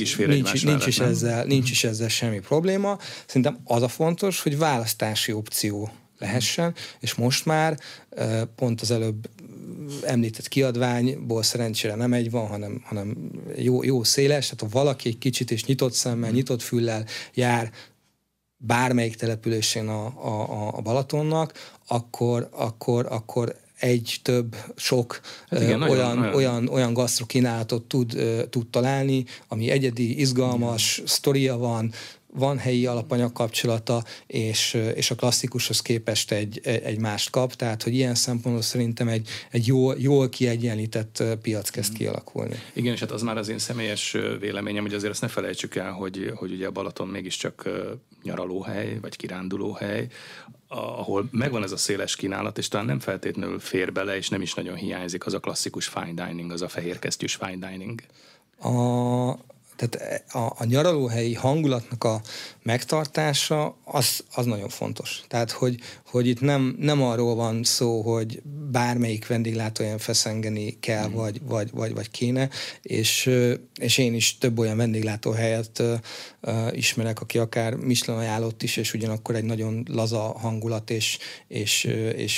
nincs is ezzel semmi probléma. Szerintem az a fontos, hogy választási opció lehessen, és most már pont az előbb említett kiadványból szerencsére nem egy van, hanem jó széles, tehát ha valaki egy kicsit és nyitott szemmel, nyitott füllel jár bármelyik településén a Balatonnak, akkor sok olyan gasztrokínálatot tud találni, ami egyedi, izgalmas, sztoria van, van helyi alapanyag kapcsolata, és a klasszikushoz képest egy mást kap, tehát hogy ilyen szempontból szerintem egy jól kiegyenlített piac kezd kialakulni. Igen, és hát az már az én személyes véleményem, hogy azért azt ne felejtsük el, hogy ugye a Balaton mégiscsak nyaralóhely, vagy kirándulóhely, ahol megvan ez a széles kínálat, és talán nem feltétlenül fér bele, és nem is nagyon hiányzik az a klasszikus fine dining, az a fehérkesztyűs fine dining. Tehát a nyaralóhelyi hangulatnak a megtartása az nagyon fontos. Tehát, hogy itt nem arról van szó, hogy bármelyik vendéglátóhelyen feszengeni kell, vagy kéne, és én is több olyan vendéglátóhelyet ismerek, aki akár Michelin ajánlott is, és ugyanakkor egy nagyon laza hangulat és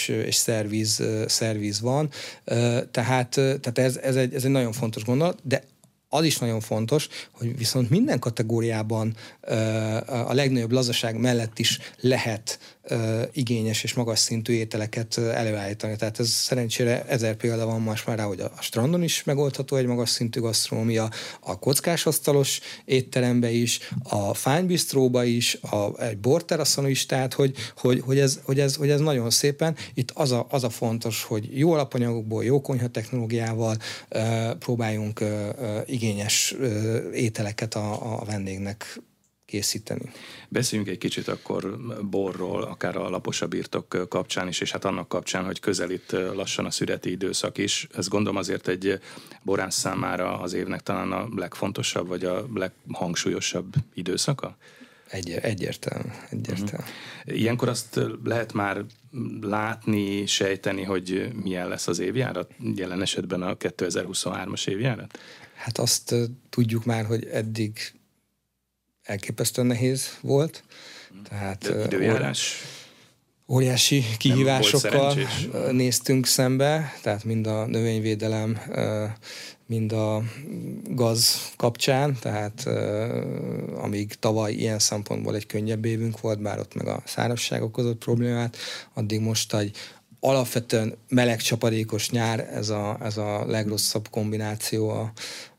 szerviz van. Tehát ez egy nagyon fontos gondolat, de az is nagyon fontos, hogy viszont minden kategóriában a legnagyobb lazaság mellett is lehet igényes és magas szintű ételeket előállítani. Tehát ez szerencsére 1000 példa van most már rá, hogy a strandon is megoldható egy magas szintű gasztronómia, a kockásasztalos étterembe is, a fine bistróba is, egy borteraszon is, tehát hogy ez nagyon szépen. Itt az a fontos, hogy jó alapanyagokból, jó konyhatechnológiával próbáljunk igényes ételeket a vendégnek készíteni. Beszéljünk egy kicsit akkor borról, akár a laposabb birtok kapcsán is, és hát annak kapcsán, hogy közelít lassan a szüreti időszak is. Ez gondolom azért egy borász számára az évnek talán a legfontosabb, vagy a leghangsúlyosabb időszaka? Egyértelmű. Ilyenkor azt lehet már látni, sejteni, hogy milyen lesz az évjárat? Jelen esetben a 2023-as évjárat? Hát azt tudjuk már, hogy eddig elképesztően nehéz volt. Tehát időjárás? Óriási kihívásokkal néztünk szembe, tehát mind a növényvédelem, mind a gaz kapcsán, tehát amíg tavaly ilyen szempontból egy könnyebb évünk volt, bár ott meg a szárazság okozott problémát, addig most egy alapvetően meleg csapadékos nyár, ez a legrosszabb kombináció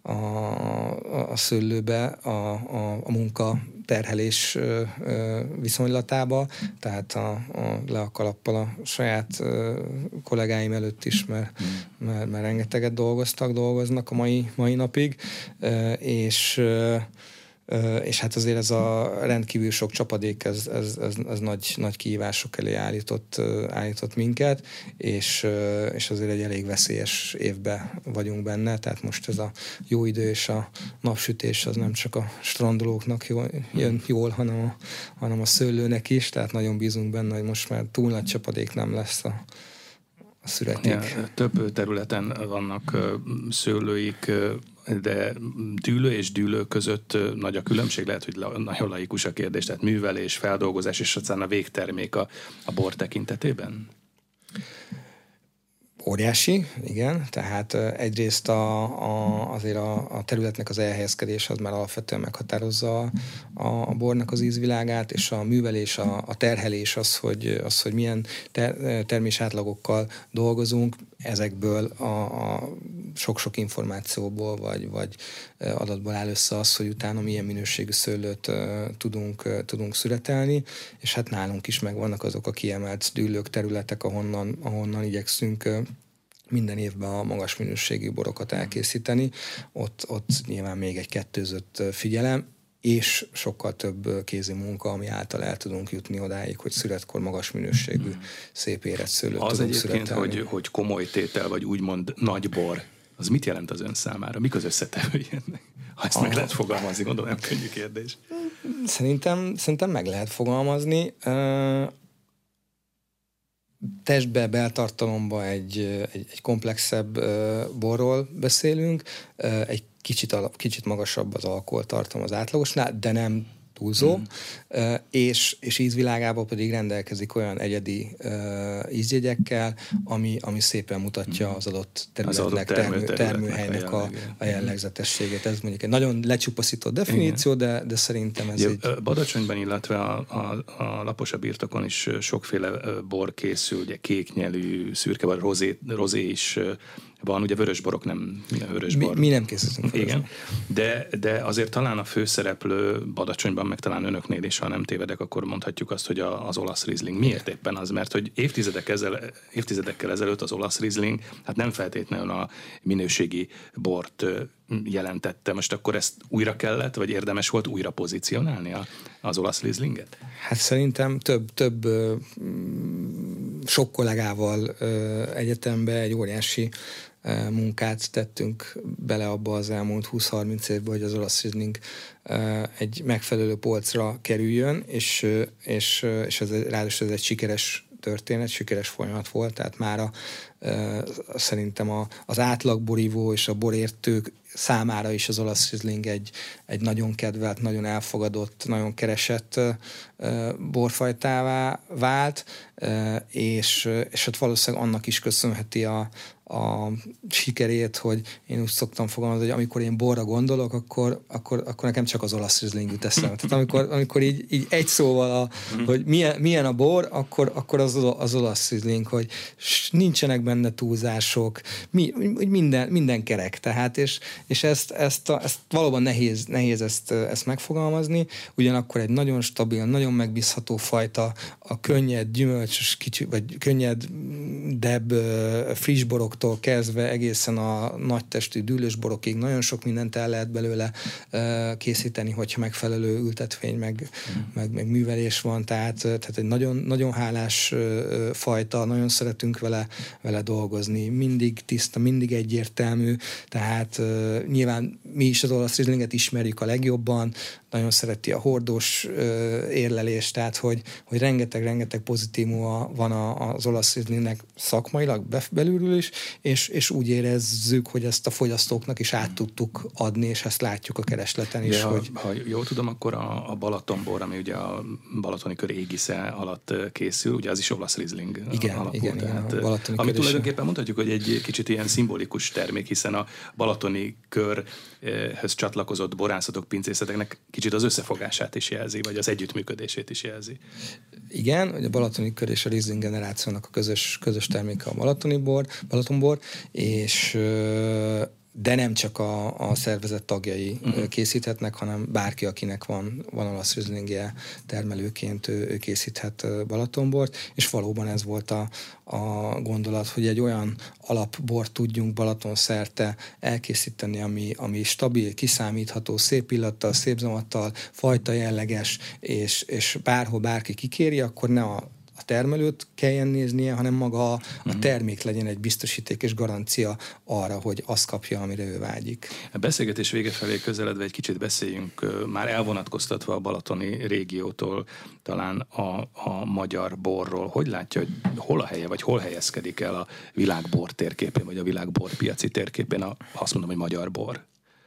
a szőlőbe, a munka terhelés viszonylatába, tehát le a kalappal a saját kollégáim előtt is, mert rengeteget dolgoznak a mai napig, és hát azért ez a rendkívül sok csapadék, ez nagy kihívások elé állított minket, és azért egy elég veszélyes évben vagyunk benne, tehát most ez a jó idő és a napsütés az nem csak a strandolóknak jön jól, hanem a szőlőnek is, tehát nagyon bízunk benne, hogy most már túl nagy csapadék nem lesz a szüretig. Ja, több területen vannak szőlőik, de dűlő és dűlő között nagy a különbség, lehet, hogy nagyon laikus a kérdés, tehát művelés, feldolgozás, és aztán a végtermék a bor tekintetében? Óriási, igen, tehát egyrészt azért a területnek az elhelyezkedés az már alapvetően meghatározza a bornak az ízvilágát, és a művelés, a terhelés az, hogy milyen termésátlagokkal dolgozunk, ezekből a sok-sok információból vagy adatból áll össze az, hogy utána milyen minőségű szőlőt tudunk szüretelni, és hát nálunk is megvannak azok a kiemelt dűlők, területek, ahonnan igyekszünk minden évben a magas minőségű borokat elkészíteni. Ott nyilván még egy kettőzött figyelem, és sokkal több kézi munka, ami által el tudunk jutni odáig, hogy születkor magas minőségű, szép érett szőlőt tudunk szüretelni. Az egyébként, hogy komoly tétel, vagy úgymond nagy bor, az mit jelent az ön számára? Mik az összetevői ennek? Ha ezt meg lehet fogalmazni, gondolom, nem könnyű kérdés. Szerintem meg lehet fogalmazni. Testbe, beltartalomba egy komplexebb borról beszélünk, egy kicsit magasabb az alkoholtartalom az átlagosnál, de nem túlzó, és ízvilágában pedig rendelkezik olyan egyedi ízjegyekkel, ami szépen mutatja az adott területnek, termőhelynek a jellegzetességét. Ez mondjuk egy nagyon lecsupaszított definíció, de szerintem ez egy... Badacsonyban, illetve a laposabb birtokon is sokféle bor készül, ugye kéknyelű, szürke vagy rozé is van, ugye vörösborok nem vörösbor. Mi nem készítünk igen, de azért talán a főszereplő Badacsonyban, meg talán önöknél is, ha nem tévedek, akkor mondhatjuk azt, hogy az olasz Riesling. Miért éppen az? Mert hogy évtizedekkel ezelőtt az olasz Riesling hát nem feltétlenül a minőségi bort jelentette. Most akkor ezt újra kellett, vagy érdemes volt újra pozícionálni az olasz Rieslinget? Hát szerintem több sok kollégával egyetembe egy óriási munkát tettünk bele abba az elmúlt 20-30 évben, hogy az olasz Riesling egy megfelelő polcra kerüljön, és ráadásul ez egy sikeres történet, sikeres folyamat volt, tehát mára szerintem az átlagborívó és a borértők számára is az olasz Riesling egy nagyon kedvelt, nagyon elfogadott, nagyon keresett borfajtává vált, és hát valószínűleg annak is köszönheti a sikerét, hogy én úgy szoktam fogalmazni, hogy amikor én borra gondolok, akkor nekem csak az olasz Riesling jut eszembe. Tehát amikor így egy szóval, hogy milyen a bor, akkor az olasz Riesling, hogy nincsenek benne túlzások, minden kerek. Tehát, és ezt valóban nehéz ezt megfogalmazni, ugyanakkor egy nagyon stabil, nagyon megbízható fajta, a könnyed, gyümölcsös, vagy könnyedebb friss boroktól kezdve egészen a nagytestű dűlős borokig nagyon sok mindent el lehet belőle készíteni, hogyha megfelelő ültetvény, meg művelés van, tehát egy nagyon, nagyon hálás fajta, nagyon szeretünk vele dolgozni, mindig tiszta, mindig egyértelmű, tehát nyilván mi is az olasz Rieslinget ismerjük a legjobban, nagyon szereti a hordós érlelést, tehát hogy rengeteg pozitívuma van az olasz Rieslingnek szakmailag belülről is, és úgy érezzük, hogy ezt a fogyasztóknak is át tudtuk adni, és ezt látjuk a keresleten is. Ha jól tudom, akkor a Balatonbor, ami ugye a Balatoni Kör égisze alatt készül, ugye az is olasz Riesling alapú. Igen, ami tulajdonképpen mondhatjuk, hogy egy kicsit ilyen szimbolikus termék, hiszen a Balatoni Körhöz csatlakozott borászatok, pincészeteknek kicsit az összefogását is jelzi, vagy az együttműködését is jelzi. Igen, hogy a Balatoni Kör és a Riesling generációnak a közös terméke a Balatonbor, és de nem csak a szervezet tagjai készíthetnek, hanem bárki, akinek van olasz Rieslingje termelőként, ő készíthet Balatonbort, és valóban ez volt a gondolat, hogy egy olyan alapbort tudjunk Balaton szerte elkészíteni, ami stabil, kiszámítható, szép illattal, szép zamattal, fajta jelleges, és bárhol bárki kikéri, akkor ne a termelőt kelljen néznie, hanem maga a termék legyen egy biztosíték és garancia arra, hogy azt kapja, amire ő vágyik. A beszélgetés vége felé közeledve egy kicsit beszéljünk, már elvonatkoztatva a balatoni régiótól, talán a magyar borról. Hogy látja, hogy hol a helye, vagy hol helyezkedik el a világbor térképén, vagy a világbor piaci térképén azt mondom, hogy magyar bor?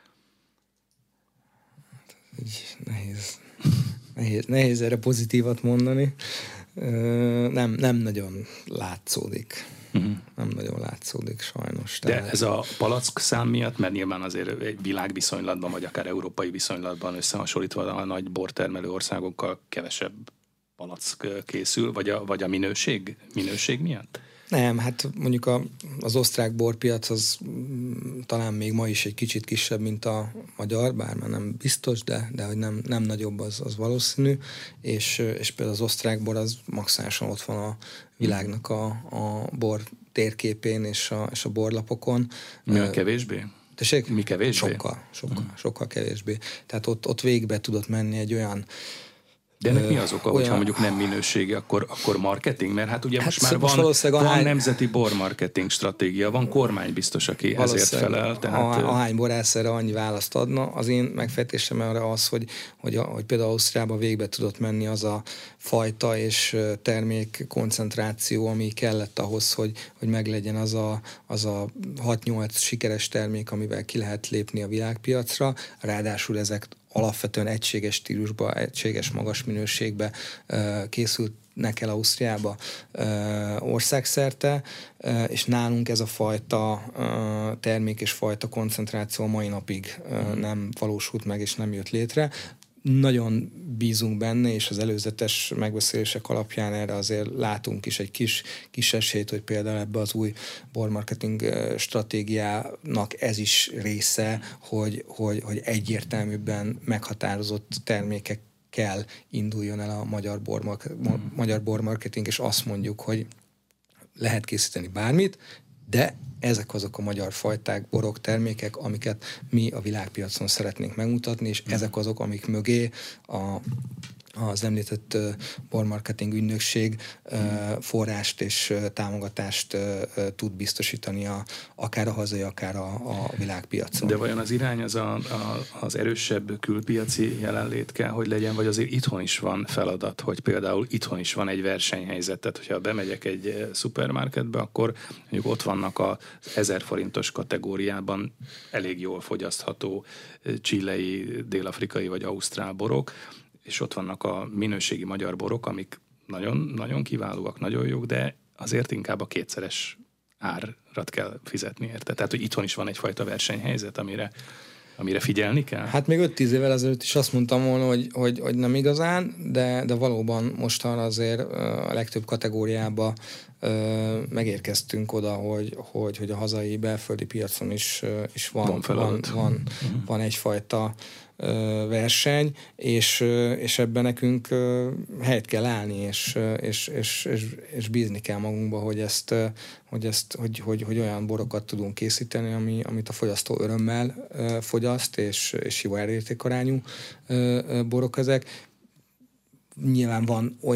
Nehéz erre pozitívat mondani. Nem nagyon látszódik. Nem nagyon látszódik sajnos. De ez a palack szám miatt, mert nyilván azért egy világviszonylatban, vagy akár európai viszonylatban összehasonlítva a nagy bortermelő országokkal kevesebb palack készül, vagy a minőség miatt? Nem, hát mondjuk az osztrák borpiac az talán még ma is egy kicsit kisebb, mint a magyar, bár már nem biztos, de hogy nem nagyobb, az valószínű, és például az osztrák bor az maximálisan ott van a világnak a bor térképén és a borlapokon. Mi a kevésbé? Tessék? Mi kevésbé? Sokkal kevésbé. Tehát ott végbe tudott menni egy olyan. De ennek mi az oka, hogyha mondjuk nem minőségi, akkor marketing? Mert hát ugye most már van nemzeti bormarketing stratégia, van kormány biztos, aki ezért felel. Tehát ahány borász erre annyi választ adna. Az én megfejtésem arra az, hogy például Ausztriában végbe tudott menni az a fajta és termék koncentráció, ami kellett ahhoz, hogy meglegyen az a 6-8 sikeres termék, amivel ki lehet lépni a világpiacra. Ráadásul ezek alapvetően egységes stílusba, egységes magas minőségbe készülnek el Ausztriába országszerte, és nálunk ez a fajta termék és fajta koncentráció mai napig nem valósult meg és nem jött létre. nagyon bízunk benne, és az előzetes megbeszélések alapján erre azért látunk is egy kis esélyt, hogy például ebbe az új bormarketing stratégiának ez is része, hogy egyértelműbben meghatározott termékekkel induljon el a magyar bormarketing, és azt mondjuk, hogy lehet készíteni bármit, de ezek azok a magyar fajták, borok, termékek, amiket mi a világpiacon szeretnénk megmutatni, és ezek azok, amik mögé az említett bormarketing ügynökség forrást és támogatást tud biztosítani akár a hazai, akár a világpiacon. De vajon az irány az erősebb külpiaci jelenlét kell, hogy legyen, vagy azért itthon is van feladat, hogy például itthon is van egy versenyhelyzet, tehát hogyha bemegyek egy szupermarketbe, akkor mondjuk ott vannak az 1000 forintos kategóriában elég jól fogyasztható chilei, dél-afrikai vagy ausztrál borok, és ott vannak a minőségi magyar borok, amik nagyon, nagyon kiválóak, nagyon jók, de azért inkább a kétszeres árat kell fizetni érte. Tehát, hogy itthon is van egyfajta versenyhelyzet, amire figyelni kell? Hát még 5-10 évvel ezelőtt is azt mondtam volna, hogy nem igazán, de valóban mostanra azért a legtöbb kategóriába megérkeztünk oda, hogy a hazai belföldi piacon is van egyfajta verseny, és ebben nekünk helyt kell állni, és bízni kell magunkba, hogy olyan borokat tudunk készíteni, amit a fogyasztó örömmel fogyaszt, és jó árértékarányú borok ezek. Nyilván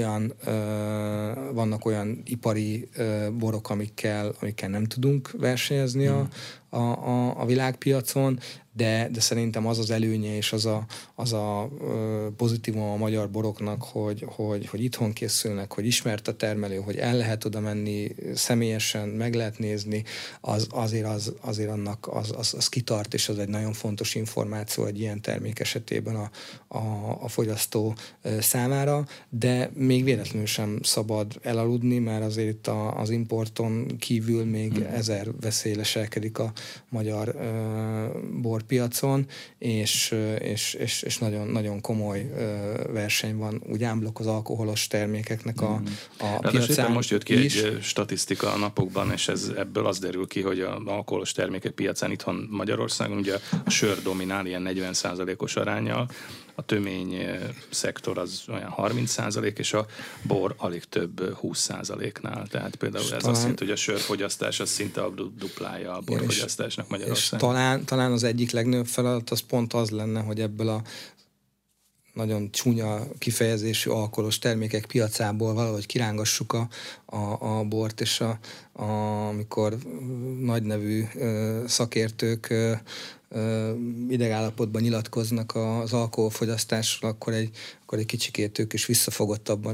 vannak olyan ipari borok, amikkel nem tudunk versenyezni a világpiacon, de szerintem az előnye és az a pozitívum a magyar boroknak, hogy itthon készülnek, hogy ismert a termelő, hogy el lehet oda menni személyesen, meg lehet nézni, azért annak az kitart, és az egy nagyon fontos információ egy ilyen termék esetében a fogyasztó számára, de még véletlenül sem szabad elaludni, mert azért itt az importon kívül még 1000 veszély leselkedik a magyar borpiacon, és nagyon, nagyon komoly verseny van úgy ámblok az alkoholos termékeknek a piacán. Most jött ki egy statisztika a napokban, és ebből az derül ki, hogy az alkoholos termékek piacán itthon Magyarországon ugye a sör dominál ilyen 40%-os aránnyal, a tömény szektor az olyan 30%, és a bor alig több 20%-nál. Tehát például ez azt jelenti, hogy a sörfogyasztás az szinte a duplája a borfogyasztásnak Magyarországon. És talán az egyik legnagyobb feladat az pont az lenne, hogy ebből a nagyon csúnya kifejezésű alkoholos termékek piacából valahogy kirángassuk a bort, és amikor nagynevű szakértők idegállapotban nyilatkoznak az alkoholfogyasztásról, akkor egy kicsikét ők is visszafogottabban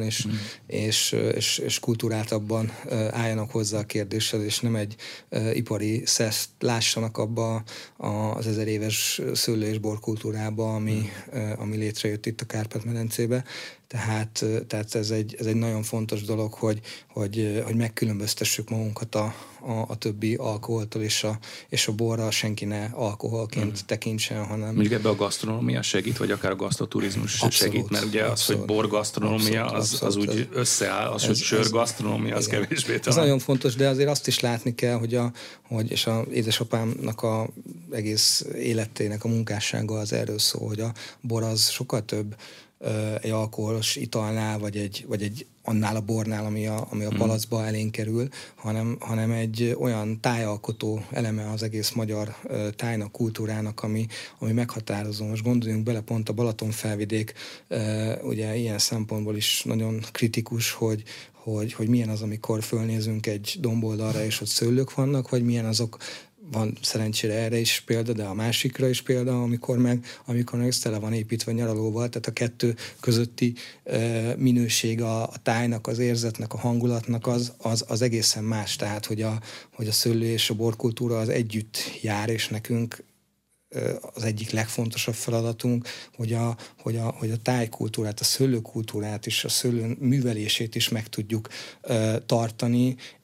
és kultúráltabban álljanak hozzá a kérdéshez, és nem egy ipari szeszt lássanak abba az 1000 éves szőlő- és borkultúrába, ami létrejött itt a Kárpát-medencébe. Tehát ez egy nagyon fontos dolog, hogy megkülönböztessük magunkat a többi alkoholtól, és a borra senki ne alkoholként tekintsen, hanem... Mondjuk ebbe a gasztronómia segít, vagy akár a gasztroturizmus segít, mert ugye az, hogy borgasztronómia, az úgy összeáll, hogy sörgasztronómia, az kevésbé talán. Ez nagyon fontos, de azért azt is látni kell, és az édesapámnak a egész életének a munkássága az erről szól, hogy a bor az sokkal több egy alkoholos italnál, vagy egy annál a bornál, ami a palacba elénk kerül, hanem egy olyan tájalkotó eleme az egész magyar tájnak, kultúrának, ami meghatározó. Most gondoljunk bele, pont a Balatonfelvidék ugye ilyen szempontból is nagyon kritikus, hogy milyen az, amikor fölnézünk egy domboldalra, és ott szőlők vannak, vagy milyen azok. Van szerencsére erre is példa, de a másikra is példa, amikor meg tele van építve nyaralóval, tehát a kettő közötti minőség a tájnak, az érzetnek, a hangulatnak az egészen más. Tehát, hogy a szőlő és a borkultúra az együtt jár, és nekünk az egyik legfontosabb feladatunk, hogy a tájkultúrát, a szőlőkultúrát és a szőlő művelését is meg tudjuk tartani,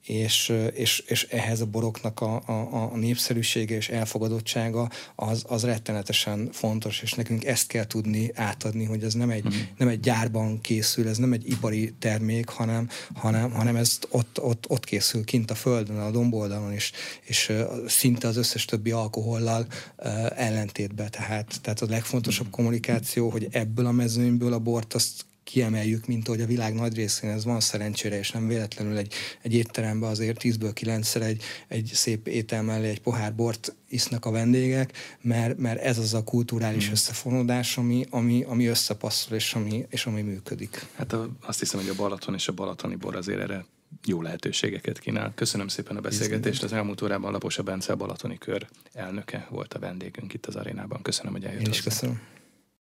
és ehhez a boroknak a népszerűsége és elfogadottsága az rettenetesen fontos, és nekünk ezt kell tudni átadni, hogy ez nem egy gyárban készül, ez nem egy ipari termék, hanem ez ott készül kint a földön, a domboldalon, és szinte az összes többi alkohollal ellentétben. Tehát a legfontosabb kommunikáció, hogy ebből a mezőnyből a bort azt kiemeljük, mint ahogy a világ nagy részén ez van szerencsére, és nem véletlenül egy étteremben azért 10-ből 9-szer egy szép étel mellé egy pohár bort isznak a vendégek, mert ez az a kulturális összefonódás, ami összepasszol, és ami működik. Hát azt hiszem, hogy a Balaton és a balatoni bor azért erre jó lehetőségeket kínál. Köszönöm szépen a beszélgetést. Az elmúlt órában Laposa Bence, a Balatoni Kör elnöke volt a vendégünk itt az arénában. Köszönöm, hogy eljött. Én is köszönöm.